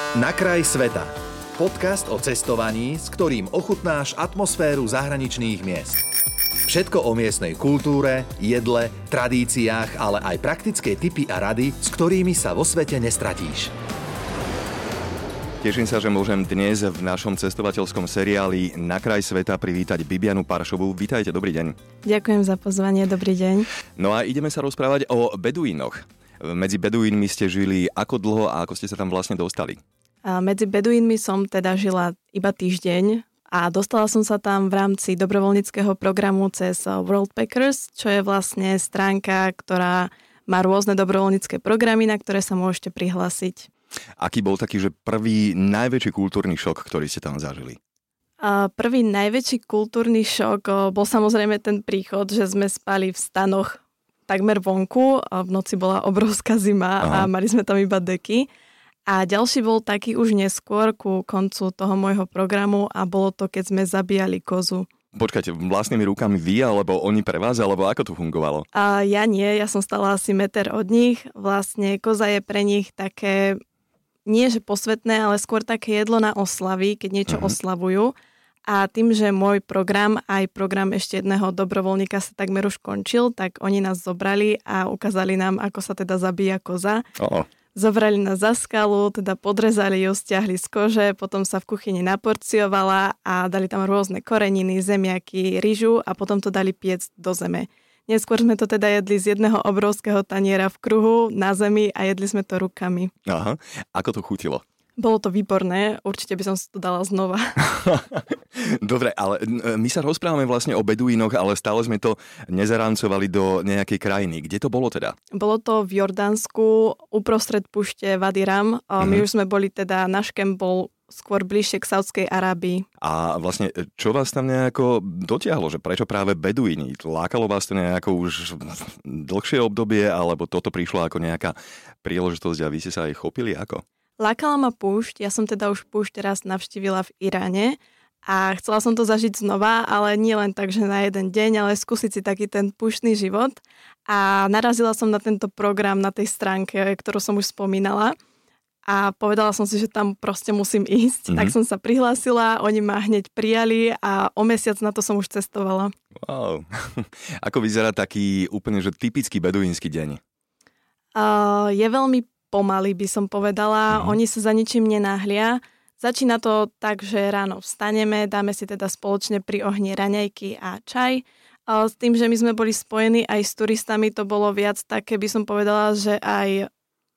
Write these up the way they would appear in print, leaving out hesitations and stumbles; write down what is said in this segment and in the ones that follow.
Na kraj sveta. Podcast o cestovaní, s ktorým ochutnáš atmosféru zahraničných miest. Všetko o miestnej kultúre, jedle, tradíciách, ale aj praktické tipy a rady, s ktorými sa vo svete nestratíš. Teším sa, že môžem dnes v našom cestovateľskom seriáli Na kraj sveta privítať Bibianu Paršovú. Vítajte, dobrý deň. Ďakujem za pozvanie, dobrý deň. No a ideme sa rozprávať o beduínoch. Medzi beduínmi ste žili ako dlho a ako ste sa tam vlastne dostali? A medzi beduínmi som teda žila iba týždeň a dostala som sa tam v rámci dobrovoľníckeho programu cez Worldpackers, čo je vlastne stránka, ktorá má rôzne dobrovoľnícke programy, na ktoré sa môžete prihlásiť. Aký bol taký, že prvý najväčší kultúrny šok, ktorý ste tam zažili? A prvý najväčší kultúrny šok bol samozrejme ten príchod, že sme spali v stanoch takmer vonku. A v noci bola obrovská zima a mali sme tam iba deky. A ďalší bol taký už neskôr ku koncu toho môjho programu a bolo to, keď sme zabíjali kozu. Počkajte, vlastnými rukami vy, alebo oni pre vás, alebo ako to fungovalo? Ja nie, ja som stala asi meter od nich. Vlastne koza je pre nich také, nie že posvetné, ale skôr také jedlo na oslavy, keď niečo oslavujú. A tým, že môj program, aj program ešte jedného dobrovoľníka sa takmer už končil, tak oni nás zobrali a ukázali nám, ako sa teda zabíja koza. Zobrali nás za skalu, teda podrezali ju, stiahli z kože, potom sa v kuchyni naporciovala a dali tam rôzne koreniny, zemiaky, ryžu a potom to dali piecť do zeme. Neskôr sme to teda jedli z jedného obrovského taniera v kruhu na zemi a jedli sme to rukami. Aha, ako to chutilo? Bolo to výborné, určite by som si to dala znova. Dobre, ale my sa rozprávame vlastne o beduínoch, ale stále sme to nezarancovali do nejakej krajiny. Kde to bolo teda? Bolo to v Jordánsku, uprostred púšte Wadi Ram. My už sme boli teda, náš kemp bol skôr bližšie k Saudskej Arábii. A vlastne, čo vás tam nejako dotiahlo? Že prečo práve beduíni? Lákalo vás to nejako už dlhšie obdobie, alebo toto prišlo ako nejaká príležitosť a vy ste sa aj chopili? Ako? Lákala ma púšť, ja som teda už púšť raz navštívila v Iráne a chcela som to zažiť znova, ale nie len tak, že na jeden deň, ale skúsiť si taký ten púštny život. A narazila som na tento program na tej stránke, ktorú som už spomínala a povedala som si, že tam proste musím ísť. Tak som sa prihlásila, oni ma hneď prijali a o mesiac na to som už cestovala. Wow. Ako vyzerá taký úplne že typický beduínsky deň? Je veľmi pomaly, by som povedala. Oni sa za ničím nenáhlia. Začína to tak, že ráno vstaneme, dáme si teda spoločne pri ohni raňajky a čaj. S tým, že my sme boli spojení aj s turistami, to bolo viac také, by som povedala, že aj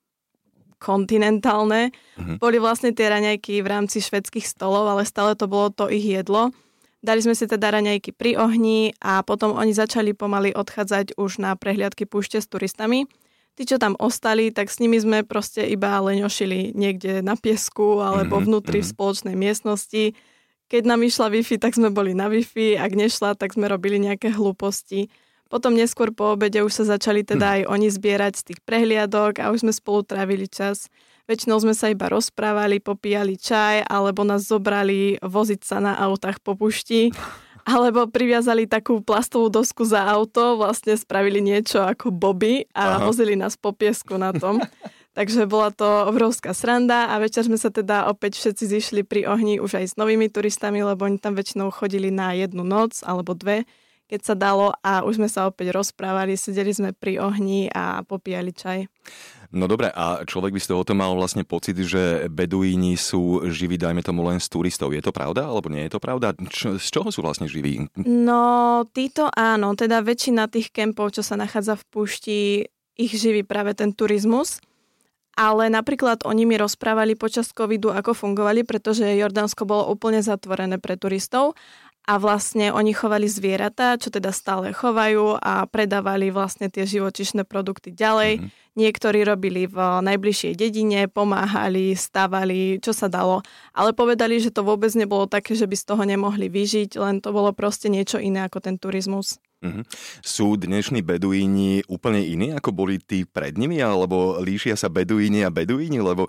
kontinentálne. Boli vlastne tie raňajky v rámci švédskych stolov, ale stále to bolo to ich jedlo. Dali sme si teda raňajky pri ohni a potom oni začali pomaly odchádzať už na prehliadky púšte s turistami. Tí, čo tam ostali, tak s nimi sme proste iba leňošili niekde na piesku alebo vnútri v spoločnej miestnosti. Keď nám išla Wi-Fi, tak sme boli na Wi-Fi, ak nešla, tak sme robili nejaké hlúposti. Potom neskôr po obede už sa začali teda aj oni zbierať z tých prehliadok a už sme spolu trávili čas. Väčšinou sme sa iba rozprávali, popíjali čaj alebo nás zobrali voziť sa na autách po pušti. Alebo priviazali takú plastovú dosku za auto, vlastne spravili niečo ako boby a vozili nás po piesku na tom. Takže bola to obrovská sranda a večer sme sa teda opäť všetci zišli pri ohni už aj s novými turistami, lebo oni tam väčšinou chodili na jednu noc alebo dve, keď sa dalo a už sme sa opäť rozprávali, sedeli sme pri ohni a popíjali čaj. No dobre, a človek by z toho mal vlastne pocit, že beduíni sú živí, dajme tomu, len z turistov. Je to pravda, alebo nie je to pravda? Z čoho sú vlastne živí? No, títo áno, teda väčšina tých kempov, čo sa nachádza v púšti, ich živí práve ten turizmus. Ale napríklad oni mi rozprávali počas covidu, ako fungovali, pretože Jordánsko bolo úplne zatvorené pre turistov. A vlastne oni chovali zvieratá, čo teda stále chovajú a predávali vlastne tie živočíšne produkty ďalej. Niektorí robili v najbližšej dedine, pomáhali, stavali, čo sa dalo. Ale povedali, že to vôbec nebolo také, že by z toho nemohli vyžiť, len to bolo proste niečo iné ako ten turizmus. Sú dnešní beduíni úplne iní, ako boli tí pred nimi, alebo líšia sa beduíni a beduíni? Lebo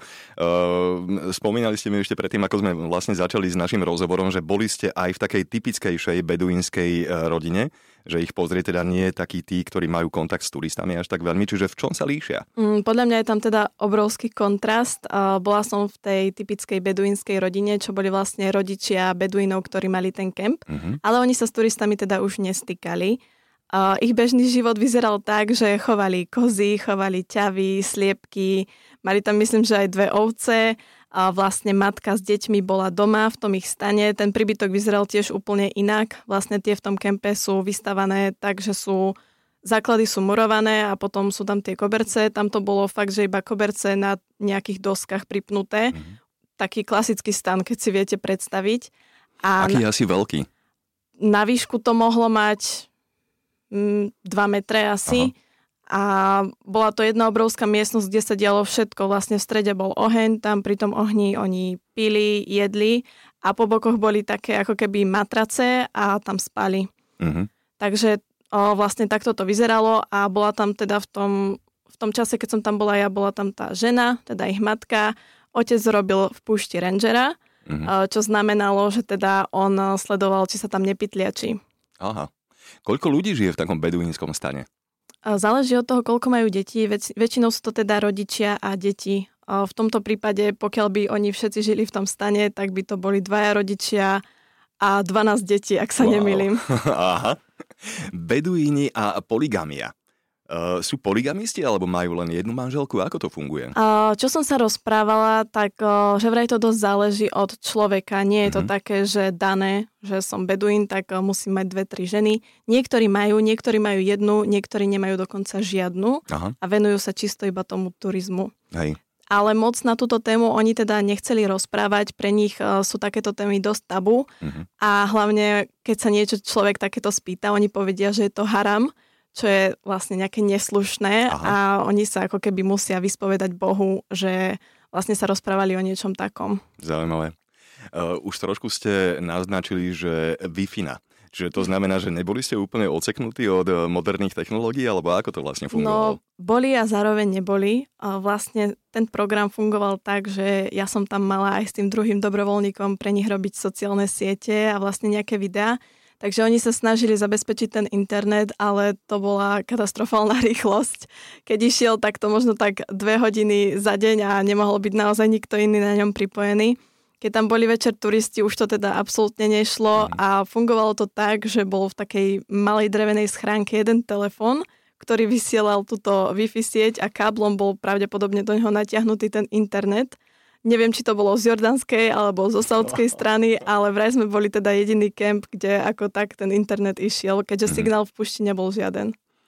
spomínali ste mi ešte predtým, ako sme vlastne začali s našim rozhovorom, že boli ste aj v takej typickejšej beduínskej rodine. Že ich pozrie teda nie takí tí, ktorí majú kontakt s turistami až tak veľmi, čiže v čom sa líšia? Podľa mňa je tam teda obrovský kontrast. Bola som v tej typickej beduínskej rodine, čo boli vlastne rodičia beduínov, ktorí mali ten kemp, ale oni sa s turistami teda už nestýkali. Ich bežný život vyzeral tak, že chovali kozy, chovali ťavy, sliepky, mali tam myslím, že aj 2 ovce. A vlastne matka s deťmi bola doma v tom ich stane. Ten príbytok vyzeral tiež úplne inak. Vlastne tie v tom kempe sú vystavané tak, že základy sú murované a potom sú tam tie koberce. Tam to bolo fakt, že iba koberce na nejakých doskách pripnuté. Taký klasický stan, keď si viete predstaviť. Aký je asi veľký? Na výšku to mohlo mať 2 metre asi. Aha. A bola to jedna obrovská miestnosť, kde sa dialo všetko. Vlastne v strede bol oheň, tam pri tom ohni oni pili, jedli a po bokoch boli také ako keby matrace a tam spali. Takže vlastne takto to vyzeralo a bola tam teda v tom čase, keď som tam bola ja, bola tam tá žena, teda ich matka. Otec robil v púšti rangera, čo znamenalo, že teda on sledoval, či sa tam nepytliači. Aha. Koľko ľudí žije v takom beduínskom stane? Záleží od toho, koľko majú detí. Väčšinou sú to teda rodičia a deti. V tomto prípade, pokiaľ by oni všetci žili v tom stane, tak by to boli 2 rodičia a 12 detí, ak sa nemýlim. Aha. Beduíni a poligamia. Sú poligamisti alebo majú len jednu manželku? Ako to funguje? Čo som sa rozprávala, tak že vraj to dosť záleží od človeka. Nie je to také, že dané, že som beduín, tak musím mať 2-3 ženy. Niektorí majú jednu, niektorí nemajú dokonca žiadnu. Aha. A venujú sa čisto iba tomu turizmu. Hej. Ale moc na túto tému oni teda nechceli rozprávať, pre nich sú takéto témy dosť tabu. A hlavne, keď sa niečo človek takéto spýta, oni povedia, že je to haram, čo je vlastne nejaké neslušné. Aha. A oni sa ako keby musia vyspovedať Bohu, že vlastne sa rozprávali o niečom takom. Zaujímavé. Už trošku ste naznačili, že Wi-Fi. Čiže to znamená, že neboli ste úplne odseknutí od moderných technológií, alebo ako to vlastne fungovalo? No, boli a zároveň neboli. Vlastne ten program fungoval tak, že ja som tam mala aj s tým druhým dobrovoľníkom pre nich robiť sociálne siete a vlastne nejaké videá. Takže oni sa snažili zabezpečiť ten internet, ale to bola katastrofálna rýchlosť. Keď išiel, tak to možno tak 2 hodiny za deň a nemohol byť naozaj nikto iný na ňom pripojený. Keď tam boli večer turisti, už to teda absolútne nešlo a fungovalo to tak, že bol v takej malej drevenej schránke jeden telefón, ktorý vysielal túto Wi-Fi sieť a káblom bol pravdepodobne do neho natiahnutý ten internet. Neviem, či to bolo z jordanskej alebo zo saudskej strany, ale vraj sme boli teda jediný kemp, kde ako tak ten internet išiel, keďže signál v púšti nebol žiaden.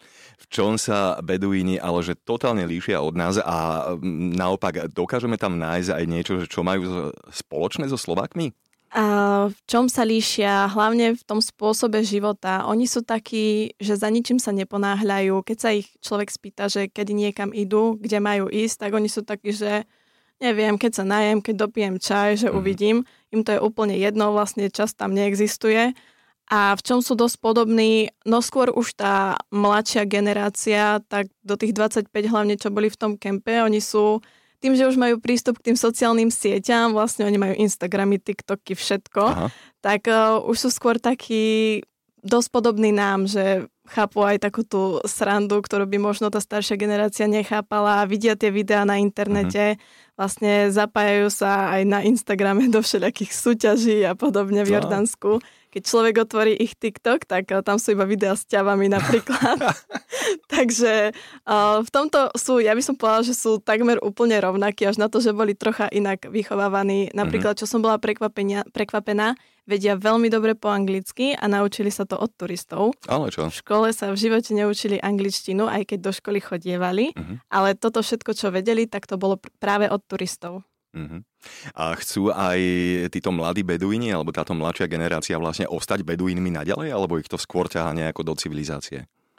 V čom sa beduíni ale že totálne líšia od nás a naopak dokážeme tam nájsť aj niečo, čo majú spoločné so Slovákmi? A v čom sa líšia? Hlavne v tom spôsobe života. Oni sú takí, že za ničím sa neponáhľajú. Keď sa ich človek spýta, že kedy niekam idú, kde majú ísť, tak oni sú takí, že neviem, keď sa najem, keď dopijem čaj, že uvidím. Im to je úplne jedno, vlastne čas tam neexistuje. A v čom sú dosť podobní, no skôr už tá mladšia generácia, tak do tých 25 hlavne, čo boli v tom kempe, oni sú tým, že už majú prístup k tým sociálnym sieťam, vlastne oni majú Instagramy, TikToky, všetko, tak už sú skôr takí dosť podobní nám, že chápu aj takú tú srandu, ktorú by možno tá staršia generácia nechápala, vidia tie videá na internete, vlastne zapájajú sa aj na Instagrame do všelijakých súťaží a podobne v Jordánsku. Keď človek otvorí ich TikTok, tak tam sú iba videá s ťavami napríklad. Takže v tomto sú, ja by som povedala, že sú takmer úplne rovnakí, až na to, že boli trocha inak vychovávaní. Napríklad, čo som bola prekvapená, vedia veľmi dobre po anglicky a naučili sa to od turistov. Ale čo? V škole sa v živote neučili angličtinu, aj keď do školy chodievali, ale toto všetko, čo vedeli, tak to bolo práve od turistov. A chcú aj títo mladí beduíni, alebo táto mladšia generácia vlastne ostať beduínmi naďalej, alebo ich to skôr ťahá nejako do civilizácie?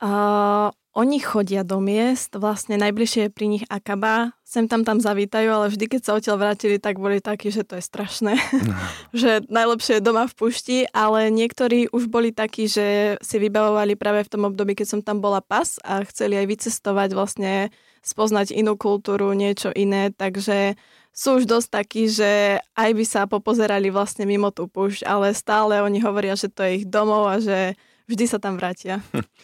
Oni chodia do miest, vlastne najbližšie je pri nich Akaba, sem tam zavítajú, ale vždy, keď sa odtiaľ vrátili, tak boli takí, že to je strašné, že najlepšie je doma v pušti, ale niektorí už boli takí, že si vybavovali práve v tom období, keď som tam bola pas a chceli aj vycestovať, vlastne spoznať inú kultúru, niečo iné, takže sú už dosť takí, že aj by sa popozerali vlastne mimo tú púšť, ale stále oni hovoria, že to je ich domov a že vždy sa tam vrátia.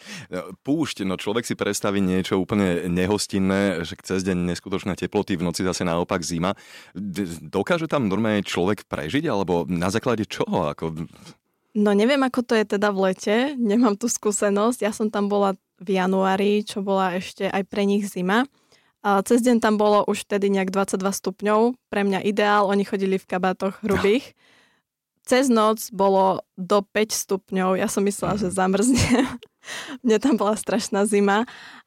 Púšť, no človek si predstaví niečo úplne nehostinné, že cez deň neskutočné teploty, v noci zase naopak zima. Dokáže tam normálne človek prežiť, alebo na základe čoho? No neviem, ako to je teda v lete, nemám tú skúsenosť. Ja som tam bola v januári, čo bola ešte aj pre nich zima. A cez deň tam bolo už vtedy nejak 22 stupňov, pre mňa ideál, oni chodili v kabátoch hrubých. Cez noc bolo do 5 stupňov, ja som myslela, že zamrznem. Mne tam bola strašná zima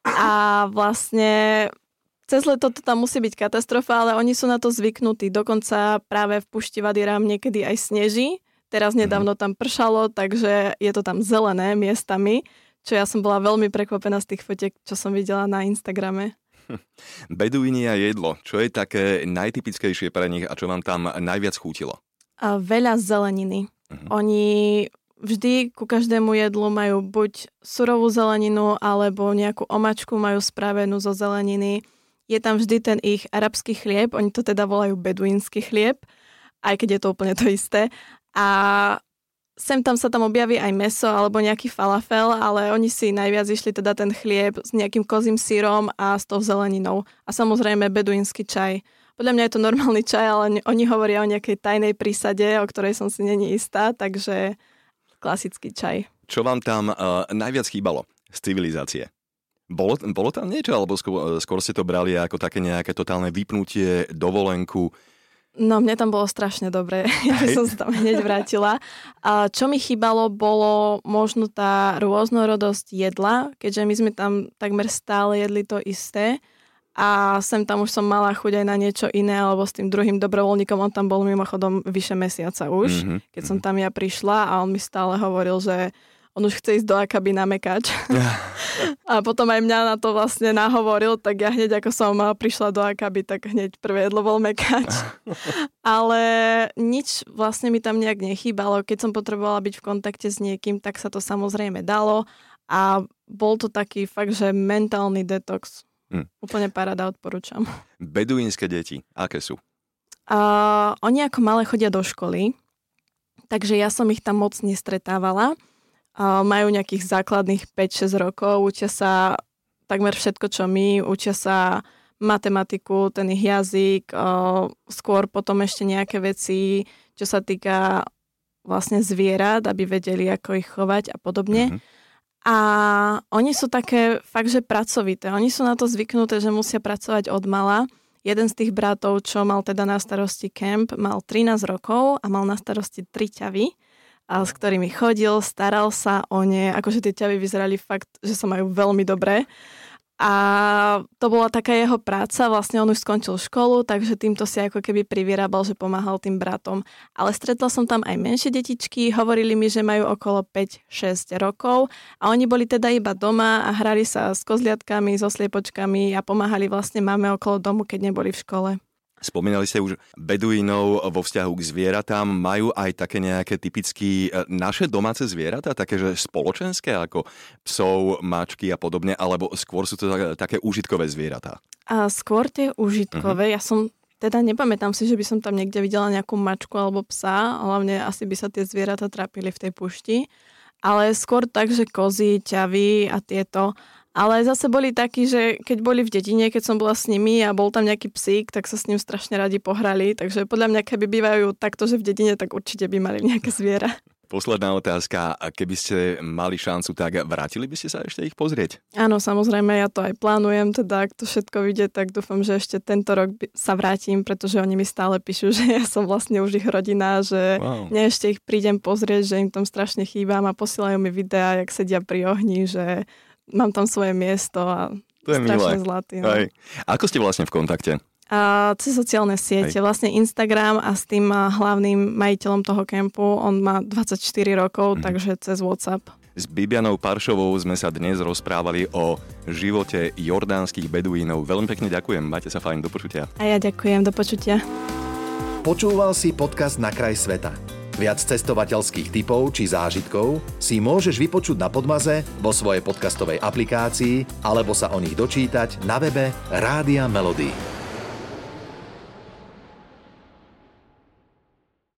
a vlastne cez leto to tam musí byť katastrofa, ale oni sú na to zvyknutí. Dokonca práve v Pušti Wadi Ram niekedy aj sneží. Teraz nedávno tam pršalo, takže je to tam zelené miestami, čo ja som bola veľmi prekvapená z tých fotiek, čo som videla na Instagrame. Beduíni a jedlo. Čo je také najtypickejšie pre nich a čo vám tam najviac chutilo? A veľa zeleniny. Oni vždy ku každému jedlu majú buď surovú zeleninu, alebo nejakú omačku majú spravenú zo zeleniny. Je tam vždy ten ich arabský chlieb, oni to teda volajú beduínsky chlieb, aj keď je to úplne to isté. A sem tam sa tam objaví aj mäso alebo nejaký falafel, ale oni si najviac išli teda ten chlieb s nejakým kozím syrom a s tou zeleninou. A samozrejme beduínsky čaj. Podľa mňa je to normálny čaj, ale oni hovoria o nejakej tajnej prísade, o ktorej som si není istá, takže klasický čaj. Čo vám tam najviac chýbalo z civilizácie? Bolo tam niečo, alebo skôr ste to brali ako také nejaké totálne vypnutie, dovolenku? No, mne tam bolo strašne dobre. Ja by som sa tam hneď vrátila. A čo mi chýbalo, bolo možno tá rôznorodosť jedla, keďže my sme tam takmer stále jedli to isté. A sem tam už som mala chuť aj na niečo iné, alebo s tým druhým dobrovoľníkom, on tam bol mimochodom vyše mesiaca už, keď som tam ja prišla a on mi stále hovoril, že on už chce ísť do Akaby na mekač. A potom aj mňa na to vlastne nahovoril, tak ja hneď ako som prišla do Akaby, tak hneď prvé jedlo bol mekač. Ale nič vlastne mi tam nejak nechýbalo. Keď som potrebovala byť v kontakte s niekým, tak sa to samozrejme dalo. A bol to taký fakt, že mentálny detox. Úplne paráda, odporúčam. Beduínske deti, aké sú? Oni ako malé chodia do školy, takže ja som ich tam moc nestretávala. Majú nejakých základných 5-6 rokov, učia sa takmer všetko, čo my, učia sa matematiku, ten ich jazyk, skôr potom ešte nejaké veci, čo sa týka vlastne zvierat, aby vedeli, ako ich chovať a podobne. A oni sú také fakt, že pracovité. Oni sú na to zvyknuté, že musia pracovať od mala. Jeden z tých bratov, čo mal teda na starosti kemp, mal 13 rokov a mal na starosti 3 ťavy, a s ktorými chodil, staral sa o ne, akože tie ťavy vyzerali fakt, že sa majú veľmi dobre. A to bola taká jeho práca, vlastne on už skončil školu, takže týmto si ako keby privyrábal, že pomáhal tým bratom. Ale stretla som tam aj menšie detičky, hovorili mi, že majú okolo 5-6 rokov a oni boli teda iba doma a hrali sa s kozliatkami, so sliepočkami a pomáhali vlastne mame okolo domu, keď neboli v škole. Spomínali ste už beduínov vo vzťahu k zvieratám. Majú aj také nejaké typické naše domáce zvieratá, také že spoločenské, ako psov, mačky a podobne, alebo skôr sú to také užitkové zvieratá? A skôr tie užitkové. Ja som teda nepamätám si, že by som tam niekde videla nejakú mačku alebo psa, hlavne asi by sa tie zvieratá trápili v tej pušti. Ale skôr tak, že kozy, ťavy a tieto. Ale zase boli takí, že keď boli v dedine, keď som bola s nimi a bol tam nejaký psík, tak sa s ním strašne radi pohrali. Takže podľa mňa, keby bývajú takto, že v dedine, tak určite by mali nejaké zviera. Posledná otázka. Keby ste mali šancu, tak vrátili by ste sa ešte ich pozrieť? Áno, samozrejme, ja to aj plánujem. Teda, ak to všetko vyjde, tak dúfam, že ešte tento rok sa vrátim, pretože oni mi stále píšu, že ja som vlastne už ich rodina, že ešte ich prídem pozrieť, že im tam strašne chýbam a posielajú mi videá, jak sedia pri ohni, že mám tam svoje miesto a to je strašne zlatý. No. Ako ste vlastne v kontakte? Cez sociálne siete, vlastne Instagram a s tým hlavným majiteľom toho kempu, on má 24 rokov, takže cez WhatsApp. S Bibianou Paršovou sme sa dnes rozprávali o živote jordánskych beduínov. Veľmi pekne ďakujem, majte sa fajn, do počutia. A ja ďakujem, do počutia. Počúval si podcast Na kraj sveta. Viac cestovateľských tipov či zážitkov si môžeš vypočuť na Podmaze, vo svojej podcastovej aplikácii alebo sa o nich dočítať na webe Rádia Melody.